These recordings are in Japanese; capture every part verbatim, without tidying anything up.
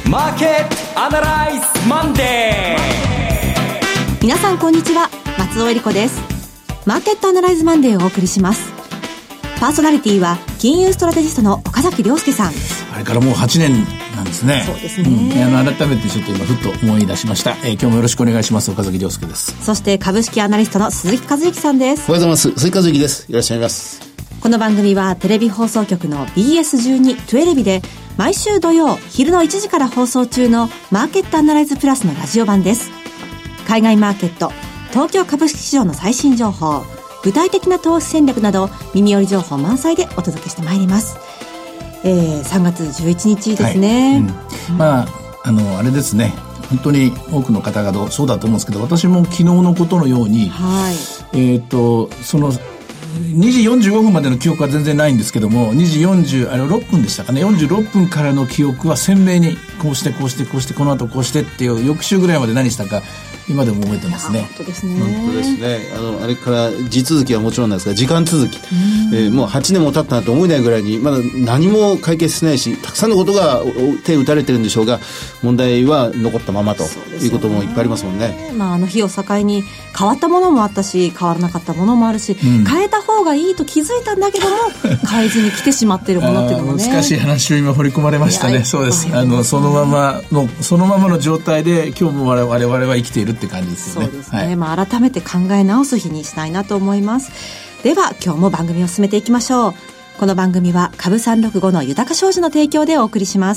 マーケットアナライズマンデー。 皆さんこんにちは、松尾恵理子です。マーケットアナライズマンデーをお送りします。パーソナリティは金融ストラテジストの岡崎亮介さん。 あれからもうはちねんなんですね。 そうですね、 うん、あの改めてちょっと今ふっと思い出しました、えー、今日もよろしくお願いします。岡崎亮介です。 そして株式アナリストの鈴木和之さんです。 おはようございます。鈴木和之です。よろしくお願いします。 この番組はテレビ放送局の ビーエスじゅうに トゥエレビで毎週土曜昼のいちじから放送中のマーケットアナライズプラスのラジオ版です。海外マーケット、東京株式市場の最新情報、具体的な投資戦略など耳寄り情報満載でお届けしてまいります。えー、さんがつじゅういちにちですね、 はいうん、まああのあれですね、本当に多くの方がそうだと思うんですけど、私も昨日のことのように、はい、えっとそのにじよんじゅうごふんまでの記憶は全然ないんですけども、にじよんじゅうあれろっぷんでしたかね、よんじゅうろっぷんからの記憶は鮮明にこうしてこうしてこうしてこの後こうしてっていう翌週ぐらいまで何したか今でも覚えてますね。 本当ですね。 本当ですね。あのあれから地続きはもちろんなんですが、時間続き、えー、もうはちねんも経ったなと思えないぐらいにまだ何も解決してないし、たくさんのことが手を打たれてるんでしょうが、問題は残ったままということもいっぱいありますもんね。 まあ、あの日を境に変わったものもあったし、変わらなかったものもあるし、うん、変えた方がいいと気づいたんだけども変えずに来てしまっているものっていうのもね難しい話を今掘り込まれましたね。そうです。あのそのままのそのままの状態で今日も我々は生きているって感じですよね。 そうですね、はい。まあ、改めて考え直す日にしたいなと思います。では今日も番組を進めていきましょう。この番組は株さんろくごの豊か商事の提供でお送りします。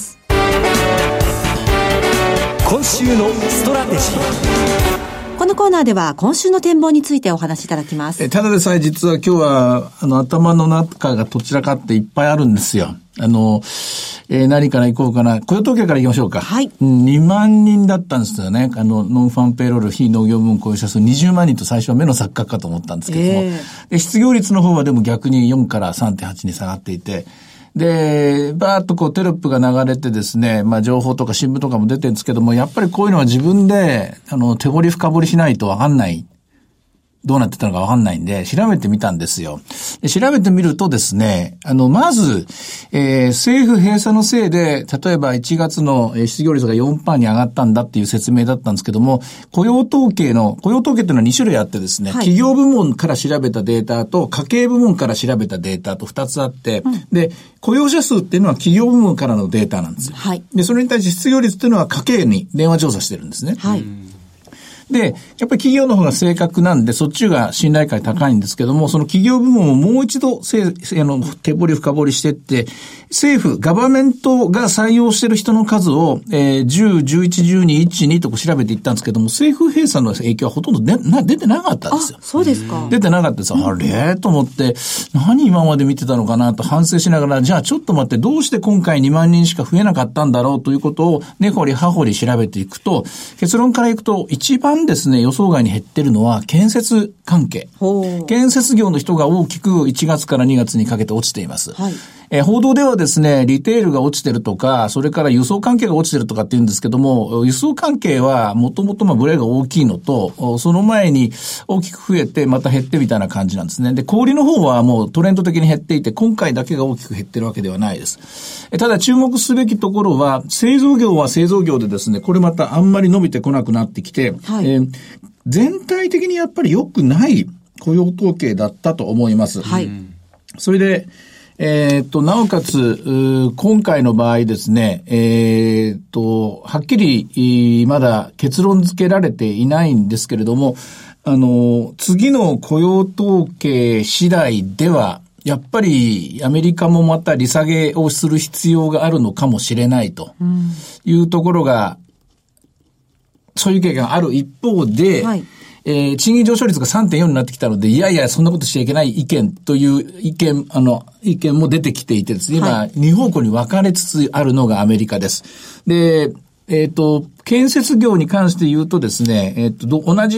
今週のストラテジー。 このコーナーでは今週の展望についてお話しいただきます。 えただでさえ実は今日はあの頭の中がどちらかっていっぱいあるんですよ。あの、えー、何から行こうかな。雇用統計から行きましょうか。 はい。 にまんにんだったんですよね。あの、ノンファンペイロール、非農業部門雇用者数にじゅうまんにんと最初は目の錯覚かと思ったんですけども。えー、で失業率の方はでも逆によんから さんてんはち に下がっていて、で、バーッとこうテロップが流れてですね、まあ情報とか新聞とかも出てるんですけども、やっぱりこういうのは自分で、あの、手掘り深掘りしないとわかんない。どうなってたのかわかんないんで、調べてみたんですよ。で調べてみるとですね、あの、まず、えー、政府閉鎖のせいで、例えばいちがつの失業率が よんパーセント に上がったんだっていう説明だったんですけども、雇用統計の、雇用統計っていうのはに種類あってですね、はい、企業部門から調べたデータと、家計部門から調べたデータとふたつあって、うん、で、雇用者数っていうのは企業部門からのデータなんですよ。はい。で、それに対して失業率っていうのは家計に電話調査してるんですね。はい。で、やっぱり企業の方が正確なんで、そっちが信頼感高いんですけども、その企業部門をもう一度、せあの、手掘り深掘りしてって、政府、ガバメントが採用している人の数を、えー、じゅう、じゅういち、じゅうに、いち、にと調べていったんですけども、政府閉鎖の影響はほとんど出、な出てなかったんですよ。 あ、そうですか。 出てなかったですよ。あれと思って、何今まで見てたのかなと反省しながら、じゃあちょっと待って、どうして今回にまんにんしか増えなかったんだろうということを、根掘り葉掘り調べていくと、結論からいくと、一番ですね、予想外に減ってるのは建設関係。建設業の人が大きくいちがつからにがつにかけて落ちています。はい。えー、報道ではですね、リテールが落ちてるとか、それから輸送関係が落ちてるとかって言うんですけども、輸送関係はもともとまあブレが大きいのと、その前に大きく増えてまた減ってみたいな感じなんですね。で、小売の方はもうトレンド的に減っていて、今回だけが大きく減ってるわけではないです。えただ注目すべきところは、製造業は製造業でですね、これまたあんまり伸びてこなくなってきて、はい。えー、全体的にやっぱり良くない雇用統計だったと思います。はい。それで、えっと、なおかつ、今回の場合ですね、えっと、はっきり、まだ結論付けられていないんですけれども、あの、次の雇用統計次第では、やっぱりアメリカもまた利下げをする必要があるのかもしれないというところが、そういう経験がある一方で、はい、えー、賃金上昇率が さんてんよん になってきたので、いやいや、そんなことしちゃいけない意見という意見、あの、意見も出てきていてですね、今、はい、に方向に分かれつつあるのがアメリカです。で、えっと、建設業に関して言うとですね、えっと、同じ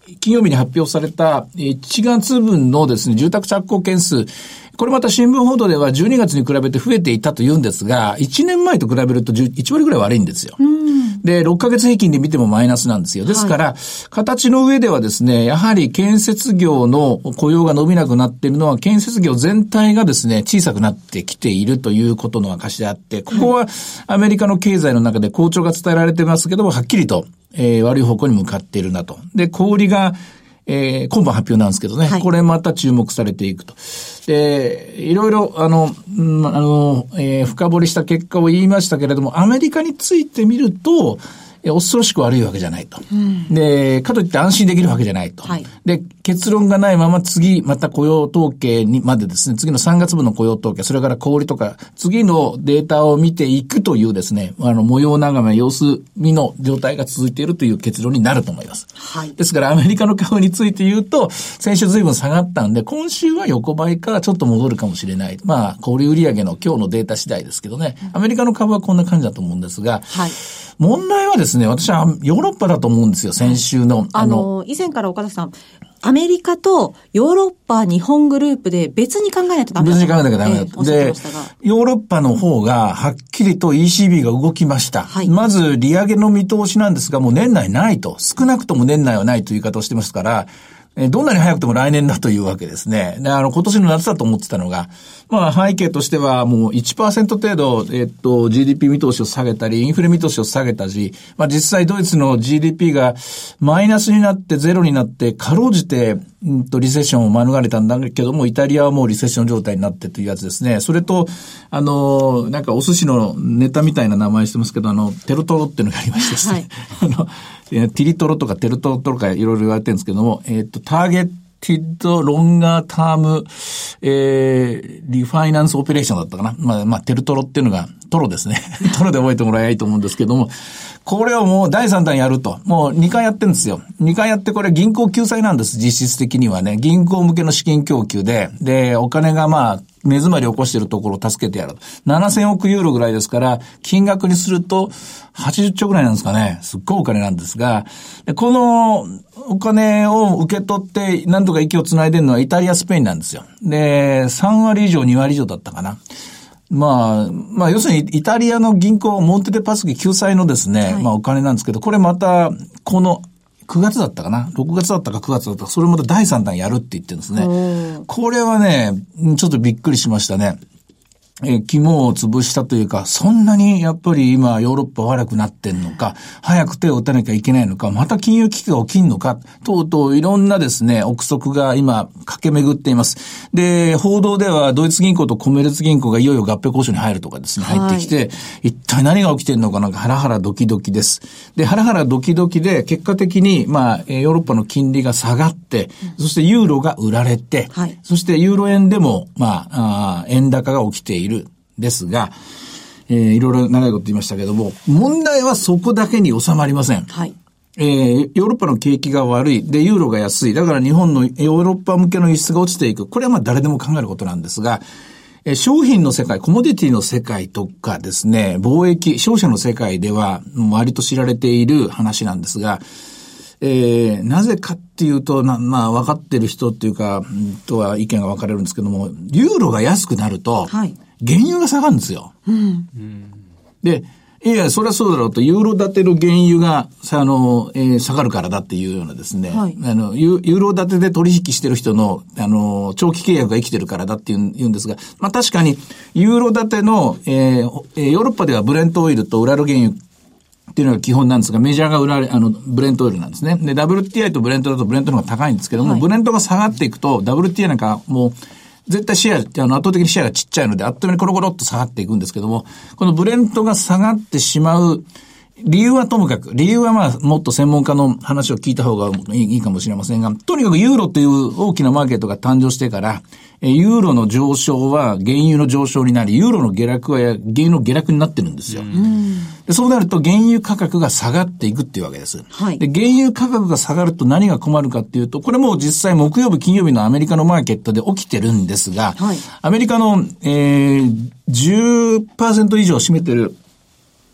金曜日に発表されたいちがつぶんのですね、住宅着工件数、これまた新聞報道ではじゅうにがつに比べて増えていたと言うんですが、いちねんまえと比べるといちわりぐらい悪いんですよ。で、ろっかげつ平均で見てもマイナスなんですよ。ですから、はい、形の上ではですね、やはり建設業の雇用が伸びなくなっているのは、建設業全体がですね、小さくなってきているということの証であって、ここはアメリカの経済の中で好調が伝えられてますけども、はっきりと、えー、悪い方向に向かっているなと。で、小売りがえー、今晩発表なんですけどね、はい、これまた注目されていくと。で、いろいろ、あの、うん、あの、えー、深掘りした結果を言いましたけれども、アメリカについて見ると、恐ろしく悪いわけじゃないと。うん、で、かといって安心できるわけじゃないと。はい、で、結論がないまま次、また雇用統計にまでですね、次のさんがつぶんの雇用統計、それから小売りとか、次のデータを見ていくというですね、あの、模様眺め、様子見の状態が続いているという結論になると思います。はい。ですからアメリカの株について言うと、先週随分下がったんで、今週は横ばいからちょっと戻るかもしれない。まあ、小売売上の今日のデータ次第ですけどね、アメリカの株はこんな感じだと思うんですが、はい。問題はですね、私はヨーロッパだと思うんですよ、先週の。 あの、以前から岡崎さん、アメリカとヨーロッパ、日本グループで別に考えないとダメだ。 別に考えなきゃダメだと。で、ヨーロッパの方がはっきりと イーシービー が動きました。はい、まず、利上げの見通しなんですが、もう年内ないと。少なくとも年内はないという言い方をしてますから、どんなに早くても来年だというわけですね。で、あの、今年の夏だと思ってたのが、まあ、背景としてはもう いちパーセント 程度、えっと、ジーディーピー 見通しを下げたり、インフレ見通しを下げたし、まあ、実際ドイツの ジーディーピー がマイナスになってゼロになって、かろうじて、うんと、リセッションを免れたんだけども、イタリアはもうリセッション状態になってというやつですね。それと、あの、なんかお寿司のネタみたいな名前してますけど、あの、テロトロっていうのがありましてですね。はい、あの、ティリトロとかテルトロとかいろいろ言われてるんですけども、えっと、ターゲット、ティッドロンガーターム、えー、リファイナンスオペレーションだったかな。まあ、まあ、テルトロっていうのが、トロですね。トロで覚えてもらえばいいと思うんですけども、これをもうだいさん弾やると。もうにかいやってるんですよ。にかいやってこれ銀行救済なんです。実質的にはね。銀行向けの資金供給で、で、お金がまあ、目詰まり起こしているところを助けてやる。ななせんおくユーロぐらいですから、金額にするとはちじゅっちょうぐらいなんですかね。すっごいお金なんですが、このお金を受け取って何とか息をつないでるのはイタリア、スペインなんですよ。で、さんわり以上、にわり以上だったかな。まあ、まあ、要するにイタリアの銀行、モンテデパスキ救済のですね、はい、まあお金なんですけど、これまた、この、くがつだったかな ?ろくがつだったかくがつだったか、それまただいさん弾やるって言ってるんですね。これはね、ちょっとびっくりしましたね。えー、肝を潰したというか、そんなにやっぱり今ヨーロッパ悪くなってんのか、早く手を打たなきゃいけないのか、また金融危機が起きんのか、とうとういろんなですね、憶測が今駆け巡っています。で、報道ではドイツ銀行とコメルツ銀行がいよいよ合併交渉に入るとかですね、入ってきて、はい、一体何が起きてんのかなんかハラハラドキドキです。で、ハラハラドキドキで結果的に、まあ、ヨーロッパの金利が下がって、そしてユーロが売られて、はい、そしてユーロ円でも、まあ、あ円高が起きている。いるですが、えー、いろいろ長いこと言いましたけども、問題はそこだけに収まりません。はい。えー、ヨーロッパの景気が悪い。で、ユーロが安い。だから日本のヨーロッパ向けの輸出が落ちていく。これはまあ誰でも考えることなんですが、えー、商品の世界、コモディティの世界とかですね、貿易、商社の世界では割と知られている話なんですが、えー、なぜかっていうと、な、まあ、分かってる人っていうか、とは意見が分かれるんですけども、ユーロが安くなると、はい、原油が下がるんですよ。うん、で、いや、そりゃそうだろうと、ユーロ建ての原油が、あの、えー、下がるからだっていうようなですね、はい、あの、ユーロ建てで取引してる人の、あの、長期契約が生きてるからだって言うんですが、まあ確かに、ユーロ建ての、えー、ヨーロッパではブレントオイルとウラル原油、っていうのが基本なんですが、メジャーが売られ、あの、ブレントオイルなんですね。で、ダブリューティーアイ とブレントだとブレントの方が高いんですけども、はい、ブレントが下がっていくと、ダブリューティーアイ なんかもう、絶対シェア、あの、圧倒的にシェアがちっちゃいので、あっという間にコロコロっと下がっていくんですけども、このブレントが下がってしまう、理由はともかく、理由はまあ、もっと専門家の話を聞いた方がいいかもしれませんが、とにかくユーロという大きなマーケットが誕生してから、ユーロの上昇は原油の上昇になり、ユーロの下落は原油の下落になってるんですよ。でそうなると原油価格が下がっていくっていうわけです。はい、で原油価格が下がると何が困るかっていうと、これも実際木曜日、金曜日のアメリカのマーケットで起きてるんですが、はい、アメリカの、えー、じゅっパーセント 以上占めてる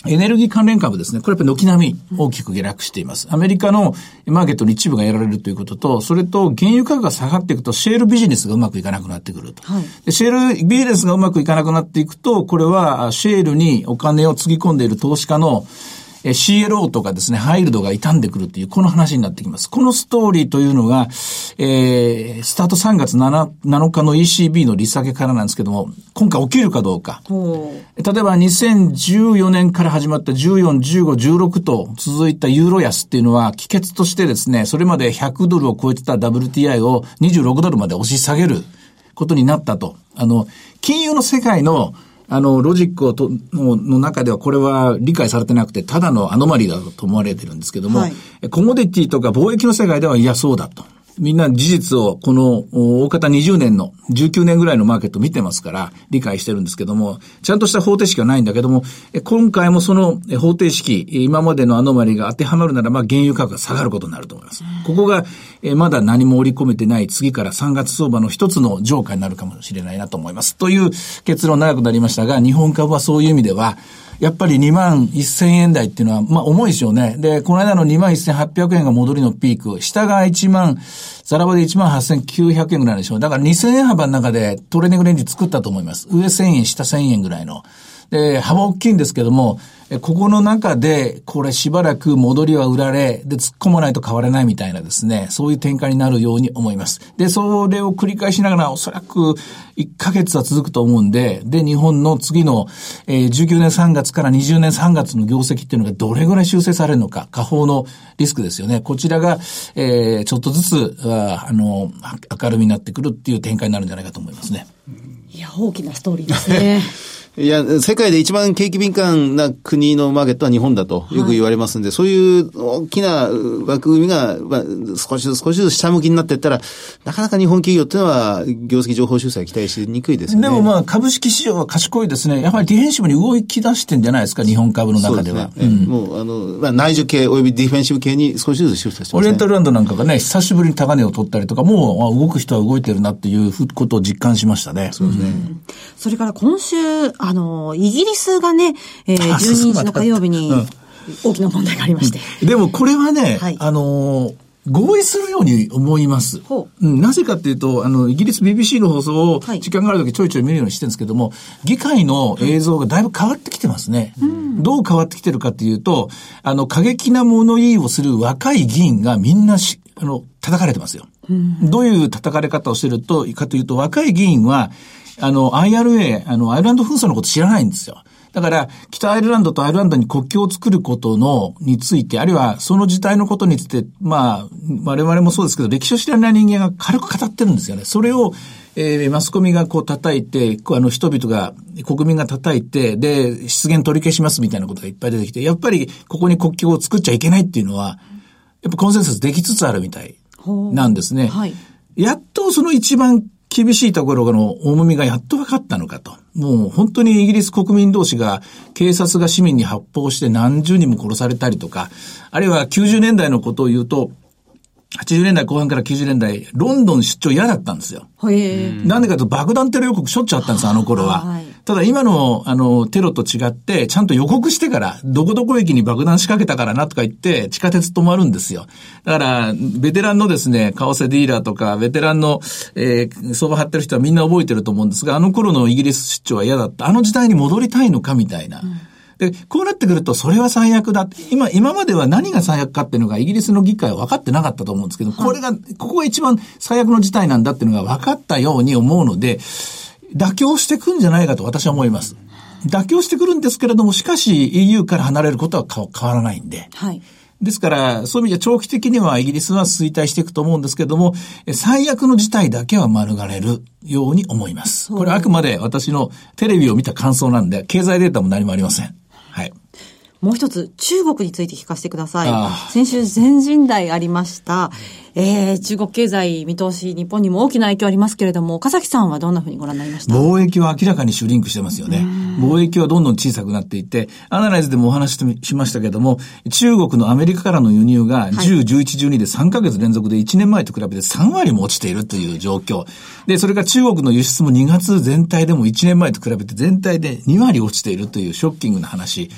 エネルギー関連株ですね。これやっぱり軒並み大きく下落しています。アメリカのマーケットの一部がやられるということと、それと原油価格が下がっていくとシェールビジネスがうまくいかなくなってくると。はい、でシェールビジネスがうまくいかなくなっていくと、これはシェールにお金をつぎ込んでいる投資家のシーエルオー とかですね、ハイルドが傷んでくるという、この話になってきます。このストーリーというのが、えー、スタートさんがつなのかの イーシービー の利下げからなんですけども、今回起きるかどうか。例えばにせんじゅうよねんから始まったじゅうよん、じゅうご、じゅうろくと続いたユーロ安っていうのは、帰結としてですね、それまでひゃくドルを超えてた ダブリューティーアイ をにじゅうろくドルまで押し下げることになったと。あの、金融の世界のあの、ロジックをとの、の中ではこれは理解されてなくて、ただのアノマリーだと思われてるんですけども、はい、コモディティとか貿易の世界ではいやそうだと。みんな事実をこの大方にじゅうねんのじゅうきゅうねんぐらいのマーケット見てますから理解してるんですけども、ちゃんとした方程式はないんだけども、今回もその方程式、今までのアノマリが当てはまるならば原油価格が下がることになると思います。ここがまだ何も織り込めてない次からさんがつ相場の一つの浄化になるかもしれないなと思います。という結論長くなりましたが、日本株はそういう意味ではやっぱりにまんせんえん台っていうのは、まあ重いですよね。で、この間のにまんせんはっぴゃくえんが戻りのピーク、下がいちまん、ザラバでいちまんはっせんきゅうひゃくえんぐらいでしょう。だからにせんえん幅の中でトレーニングレンジ作ったと思います。上せんえん、下せんえんぐらいの。で、幅大きいんですけども、ここの中で、これしばらく戻りは売られ、で、突っ込まないと買われないみたいなですね、そういう展開になるように思います。で、それを繰り返しながら、おそらくいっかげつは続くと思うんで、で、日本の次の、えー、じゅうきゅうねんさんがつからにじゅうねんさんがつの業績っていうのがどれぐらい修正されるのか、下方のリスクですよね。こちらが、えー、ちょっとずつ、あ, あの、明るみになってくるっていう展開になるんじゃないかと思いますね。 いや、大きなストーリーですね。 いや、世界で一番景気敏感な国のマーケットは日本だとよく言われますんで、はい、そういう大きな枠組みが、まあ、少しずつ少しずつ下向きになっていったら、なかなか日本企業っていうのは業績情報修正は期待しにくいですよね。 でもまあ株式市場は賢いですね。やはりディフェンシブに動き出してんじゃないですか、日本株の中では。 そうですね。うん、もうあの、まあ、内需系およびディフェンシブ系に少しずつシフトしてますね。 オリエンタルランドなんかがね、久しぶりに高値を取ったりとか、もう動く人は動いてるなっていうことを実感しましたね。 そうですね。 うん、それから今週、あの、イギリスがね、えー、じゅうににちの火曜日に大きな問題がありまして。 うん、でもこれはね、はい、あのー、合意するように思います。ほう。うん、なぜかっていうと、あの、イギリス ビービーシー の放送を時間があるときちょいちょい見るようにしてるんですけども、はい、議会の映像がだいぶ変わってきてますね。うん、どう変わってきてるかっていうと、あの、過激な物言いをする若い議員がみんなし、あの、叩かれてますよ。うん、どういう叩かれ方をしてると、かというと、若い議員は、あの、アイアールエー、あの、アイルランド紛争のこと知らないんですよ。だから、北アイルランドとアイルランドに国境を作ることの、について、あるいはその事態のことについて、まあ、我々もそうですけど、歴史を知らない人間が軽く語ってるんですよね。それを、えー、マスコミがこう叩いて、あの、人々が、国民が叩いて、で、失言取り消しますみたいなことがいっぱい出てきて、やっぱりここに国境を作っちゃいけないっていうのは、やっぱコンセンサスできつつあるみたいなんですね。はい。やっとその一番厳しいところの重みがやっと分かったのかと。もう本当にイギリス国民同士が警察が市民に発砲して何十人も殺されたりとか、あるいはきゅうじゅうねんだいのことを言うと、はちじゅうねんだいこう半からきゅうじゅうねんだい、ロンドン出張嫌だったんですよ。へー。なんでかというと爆弾テロ予告しょっちゅうあったんですよ、あの頃は。はい、ただ今のあのテロと違って、ちゃんと予告してから、どこどこ駅に爆弾仕掛けたからなとか言って、地下鉄止まるんですよ。だから、ベテランのですね、為替ディーラーとか、ベテランの、えー、相場張ってる人はみんな覚えてると思うんですが、あの頃のイギリス出張は嫌だった。あの時代に戻りたいのかみたいな。うんで、こうなってくると、それは最悪だって。今、今までは何が最悪かっていうのが、イギリスの議会は分かってなかったと思うんですけど、これが、ここが一番最悪の事態なんだっていうのが分かったように思うので、妥協してくんじゃないかと私は思います。妥協してくるんですけれども、しかし イーユー から離れることは変わらないんで。はい。ですから、そういう意味では長期的にはイギリスは衰退していくと思うんですけれども、最悪の事態だけは免れるように思います。これはあくまで私のテレビを見た感想なんで、経済データも何もありません。はい。 もう一つ、中国について聞かせてください。先週全人代ありました。えー、中国経済見通し、日本にも大きな影響ありますけれども、岡崎さんはどんなふうにご覧になりました？ 貿易は明らかにシュリンクしてますよね。貿易はどんどん小さくなっていて、アナライズでもお話ししましたけれども、中国のアメリカからの輸入がじゅう、じゅういち、じゅうにでさんかげつ連続でいちねんまえと比べてさんわりも落ちているという状況。で、それから中国の輸出もにがつ全体でもいちねんまえと比べて全体でにわり落ちているというショッキングな話。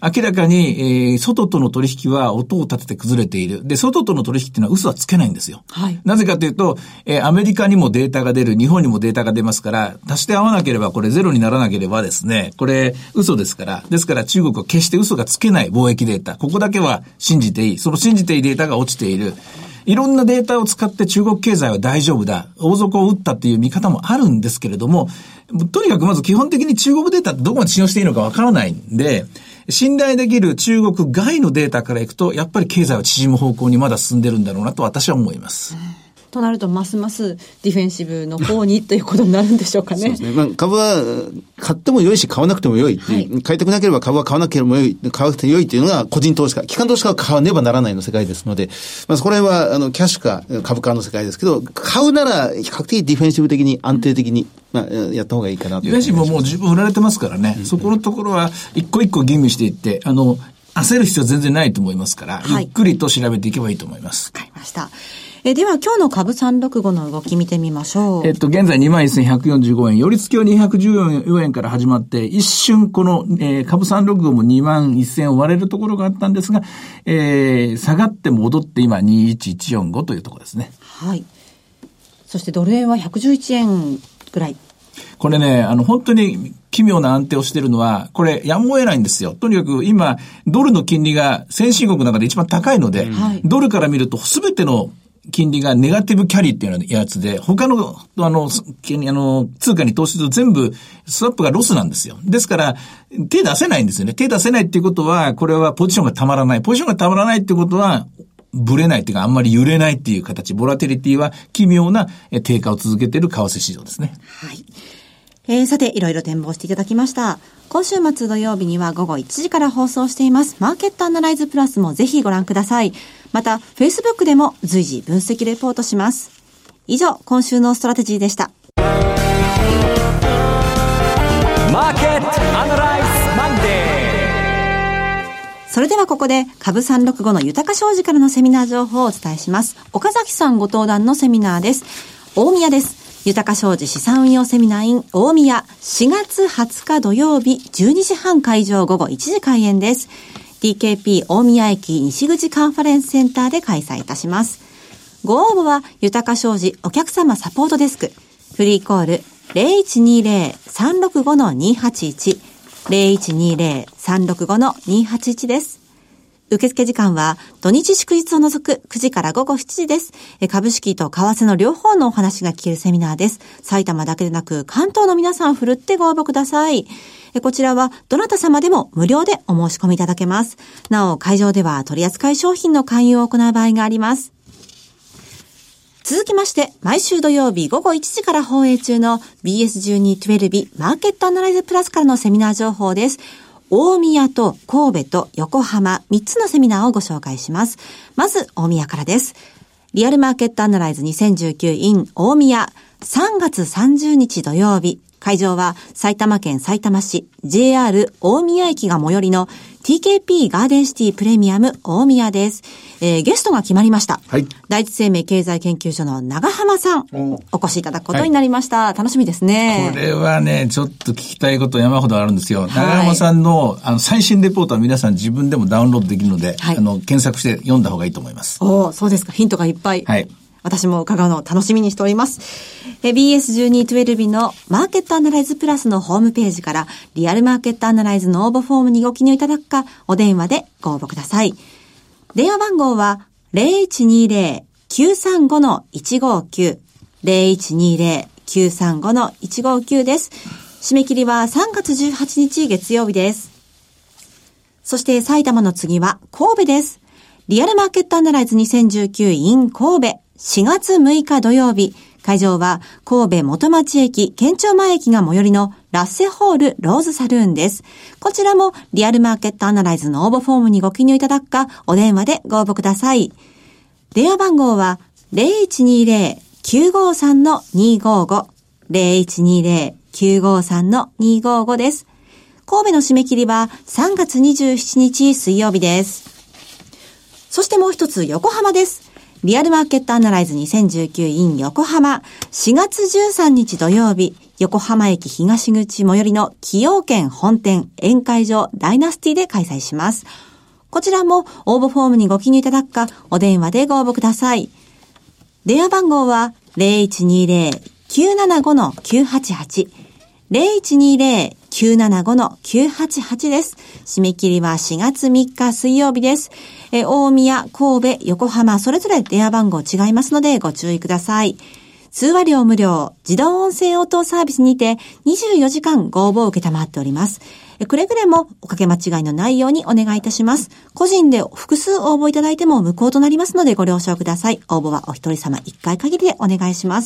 明らかに、えー、外との取引は音を立てて崩れている。で、外との取引っていうのは嘘はつけないんですよ。 はい。 なぜかというと、えー、アメリカにもデータが出る、日本にもデータが出ますから、足して合わなければ、これゼロにならなければですね、これ嘘ですから。ですから中国は決して嘘がつけない貿易データ。ここだけは信じていい。その信じていいデータが落ちている。いろんなデータを使って中国経済は大丈夫だ。大底を打ったっていう見方もあるんですけれども、とにかくまず基本的に中国データってどこまで信用していいのかわからないんで、信頼できる中国外のデータからいくと、やっぱり経済は縮む方向にまだ進んでるんだろうなと私は思います。 となると、ますますディフェンシブの方にということになるんでしょうかね。 そうですね。まあ、株は買っても良いし買わなくても良い。はい、買いたくなければ株は買わなければ良い、買わなくて良いというのが個人投資家、機関投資家は買わねばならないの世界ですので、まあ、これはあのキャッシュか株価の世界ですけど、買うなら比較的ディフェンシブ的に安定的に、まあ、やった方がいいかなと。 ディフェンシブももう十分売られてますからね。うん、そこのところは一個一個吟味していって、あの、焦る必要は全然ないと思いますから、はい、ゆっくりと調べていけばいいと思います。 わかりました。えでは今日の株さんろくごの動き見てみましょう。 えっと、現在 にまんせんひゃくよんじゅうごえん、寄り付きはにひゃくじゅうよんえんから始まって、一瞬この、えー、株さんろくごもにまんせんえんを割れるところがあったんですが、えー、下がって戻って今にいちいちよんごというところですね。 はい。そしてドル円はひゃくじゅういちえんぐらい。 これね、あの、本当に奇妙な安定をしているのは、これ、やむを得ないんですよ。とにかく今、ドルの金利が先進国の中で一番高いので、はい、ドルから見ると全ての金利がネガティブキャリーっていうやつで、他の、あの、あの、通貨に投資すると全部、スワップがロスなんですよ。ですから、手出せないんですよね。手出せないっていうことは、これはポジションがたまらない。ポジションがたまらないっていうことは、ブレないっていうか、あんまり揺れないっていう形、ボラテリティは奇妙な低下を続けている為替市場ですね。 はい。えー、さて、いろいろ展望していただきました。今週末土曜日には午後いちじから放送しています。マーケットアナライズプラスもぜひご覧ください。また、Facebook でも随時分析レポートします。以上、今週のストラテジーでした。 マーケットアナライズマンデー。それではここで、株さんろくごの豊か商事からのセミナー情報をお伝えします。岡崎さんご登壇のセミナーです。大宮です。豊か商事資産運用セミナー in 大宮しがつはつか土曜日じゅうにじはん会場午後いちじ開演です。ティーケーピー 大宮駅西口カンファレンスセンターで開催いたします。ご応募は豊か商事お客様サポートデスク。フリーコール ゼロいちにゼロ さんろくご にはちいち ゼロいちにゼロ さんろくご にはちいちです。受付時間は土日祝日を除くくじから午後しちじです。株式と為替の両方のお話が聞けるセミナーです。埼玉だけでなく関東の皆さんふるってご応募ください。こちらはどなた様でも無料でお申し込みいただけます。なお会場では取扱い商品の勧誘を行う場合があります。続きまして毎週土曜日午後いちじから放映中の ビーエスじゅうにじゅうに マーケットアナライズプラスからのセミナー情報です。大宮と神戸と横浜みっつのセミナーをご紹介します。まず大宮からです。リアルマーケットアナライズにせんじゅうきゅう in 大宮さんがつさんじゅうにち土曜日。会場は埼玉県さいたま市 ジェイアール 大宮駅が最寄りの ティーケーピー ガーデンシティプレミアム大宮です。えー、ゲストが決まりました。はい。第一生命経済研究所の長浜さん、お, お越しいただくことになりました、はい。楽しみですね。 これはね、ちょっと聞きたいこと山ほどあるんですよ。はい、長浜さんのあの最新レポートは皆さん自分でもダウンロードできるので、はい、あの検索して読んだ方がいいと思います。 おー、そうですか。ヒントがいっぱい。 はい。 私も伺うのを楽しみにしております。ビーエスじゅうにじゅうに のマーケットアナライズプラスのホームページからリアルマーケットアナライズの応募フォームにご記入いただくか、お電話でご応募ください。電話番号は ゼロいちにゼロ きゅうさんご いちごきゅう ゼロいちにゼロ きゅうさんご いちごきゅう です。締め切りはさんがつじゅうはちにち月曜日です。そして埼玉の次は神戸です。リアルマーケットアナライズにせんじゅうきゅう in 神戸しがつむいか土曜日。会場は神戸元町駅県庁前駅が最寄りのラッセホールローズサルーンです。こちらもリアルマーケットアナライズの応募フォームにご記入いただくか、お電話でご応募ください。電話番号は ゼロいちにゼロ きゅうごさん にごご ゼロいちにゼロ きゅうごさん にごごです。神戸の締め切りはさんがつにじゅうしちにち水曜日です。そしてもう一つ横浜です。リアルマーケットアナライズにせんじゅうきゅう in 横浜しがつじゅうさんにち土曜日、 横浜駅東口最寄りの崎陽軒本店宴会場ダイナスティで開催します。こちらも応募フォームにご記入いただくか、お電話でご応募ください。電話番号は ゼロいちにゼロ きゅうななご きゅうはちはち ゼロいちにゼロ きゅうななご きゅうはちはち です。締め切りはしがつみっか水曜日です。え大宮、神戸、横浜、それぞれ電話番号違いますのでご注意ください。通話料無料、自動音声応答サービスにてにじゅうよじかんご応募を受けたまっております。くれぐれもおかけ間違いのないようにお願いいたします。個人で複数応募いただいても無効となりますのでご了承ください。応募はお一人様いっかい限りでお願いします。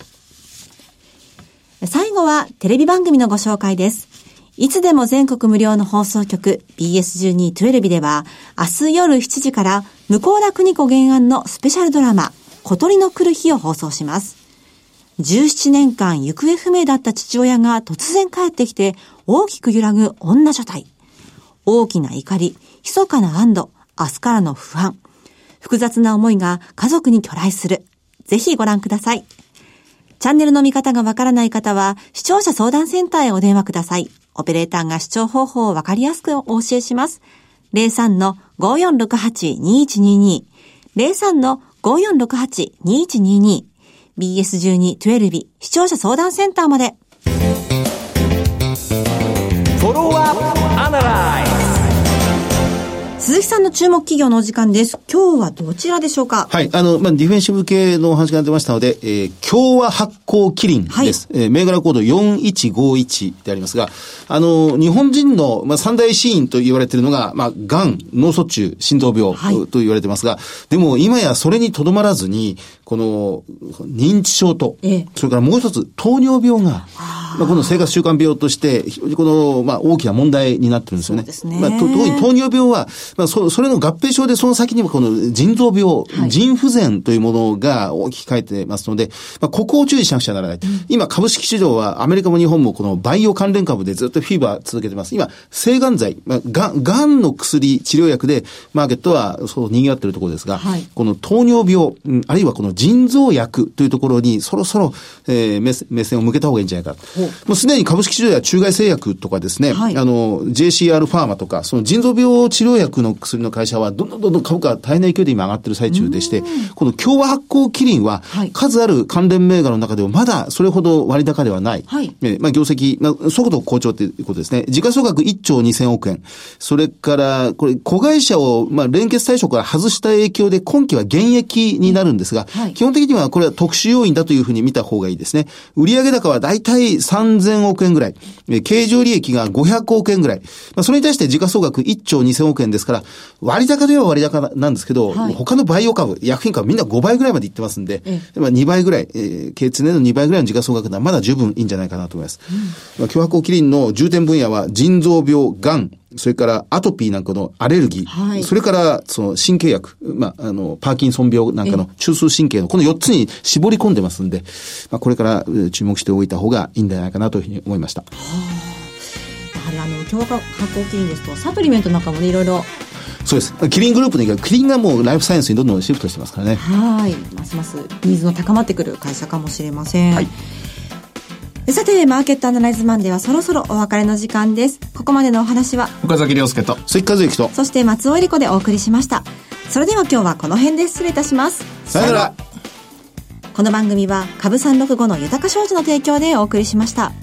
最後はテレビ番組のご紹介です。いつでも全国無料の放送局 ビーエスじゅうに じゅうに では明日夜しちじから向田邦子原案のスペシャルドラマ小鳥の来る日を放送します。じゅうななねんかん行方不明だった父親が突然帰ってきて大きく揺らぐ女所帯。大きな怒り、密かな安堵、明日からの不安。複雑な思いが家族に巨来する。ぜひご覧ください。チャンネルの見方がわからない方は視聴者相談センターへお電話ください。オペレーターが視聴方法をわかりやすくお教えします。ゼロさんのごよんろくはちにいちにに ゼロさんのごよんろくはちにいちにに ビーエスじゅうに じゅうに 視聴者相談センターまで。 フォローアップアナライズ。 鈴木さんの注目企業のお時間です。今日はどちらでしょうか。 はい。あの、まあ、ディフェンシブ系のお話が出ましたので、えー、共和発酵キリンです。はい、えー、銘柄コードよんいちごいちでありますが、あの、日本人の、まあ、三大死因と言われているのが、まあ、癌、脳卒中、心臓病、はい、と言われてますが、でも今やそれにとどまらずに、この、認知症と、ええ、それからもう一つ、糖尿病が、まあ、この生活習慣病として、非常にこの、まあ、大きな問題になってるんですよね。そうですね。まあ、特に糖尿病は、まあ、そ、それの合併症でその先にもこの腎臓病、はい、腎不全というものが大きく書いてますので、まあ、ここを注意しなくちゃならない。うん、今、株式市場はアメリカも日本もこのバイオ関連株でずっとフィーバー続けてます。今、抗がん剤、まあ、がん、がんの薬、治療薬で、マーケットはそう賑わっているところですが、はい、この糖尿病、あるいはこの腎臓薬というところにそろそろ、えー、目, 目線を向けた方がいいんじゃないか。もうすでに株式市場では中外製薬とかですね、はい、あの、ジェーシーアール ファーマとか、その腎臓病治療薬の薬の会社はどんどんどんどん株価が大変な勢いで今上がっている最中でして、この共和発酵キリンは、数ある関連銘柄の中でもまだそれほど割高ではない。はい、えまあ、業績、まあ、速度好調ということですね。時価総額いっちょうにせんおくえん。それから、これ、子会社を、まあ、連結対象から外した影響で今期は減益になるんですが、はい、基本的にはこれは特殊要因だというふうに見た方がいいですね。売上高はだいたいさんぜんおくえんぐらい。経常利益がごひゃくおくえんぐらい。まあ、それに対して時価総額いっちょうにせんおくえんですから、割高では割高なんですけど、はい、他のバイオ株、薬品株みんなごばいぐらいまでいってますんで、ええ、まあ、にばいぐらい、えー、経常年のにばいぐらいの時価総額ならまだ十分いいんじゃないかなと思います。うん、まあ、共和発酵キリンの重点分野は腎臓病、がん、それからアトピーなんかのアレルギー、はい、それからその神経薬、まあ、あの、パーキンソン病なんかの中枢神経のこのよっつに絞り込んでますんで、まあ、これから注目しておいた方がいいんじゃないかなというふうに思いました。はあ、やはりあの、共和発酵キリンですと、サプリメントなんかもね、いろいろそうです。キリングループのキリンがもうライフサイエンスにどんどんシフトしてますからね。 はい。ますますニーズの高まってくる会社かもしれません。はい。さて、マーケットアナライズマンデーはそろそろお別れの時間です。ここまでのお話は岡崎亮介と関和之と、 そして松尾恵理子でお送りしました。それでは今日はこの辺で失礼いたします。 さよなら。 この番組は株さんろくごの豊か商事の提供でお送りしました。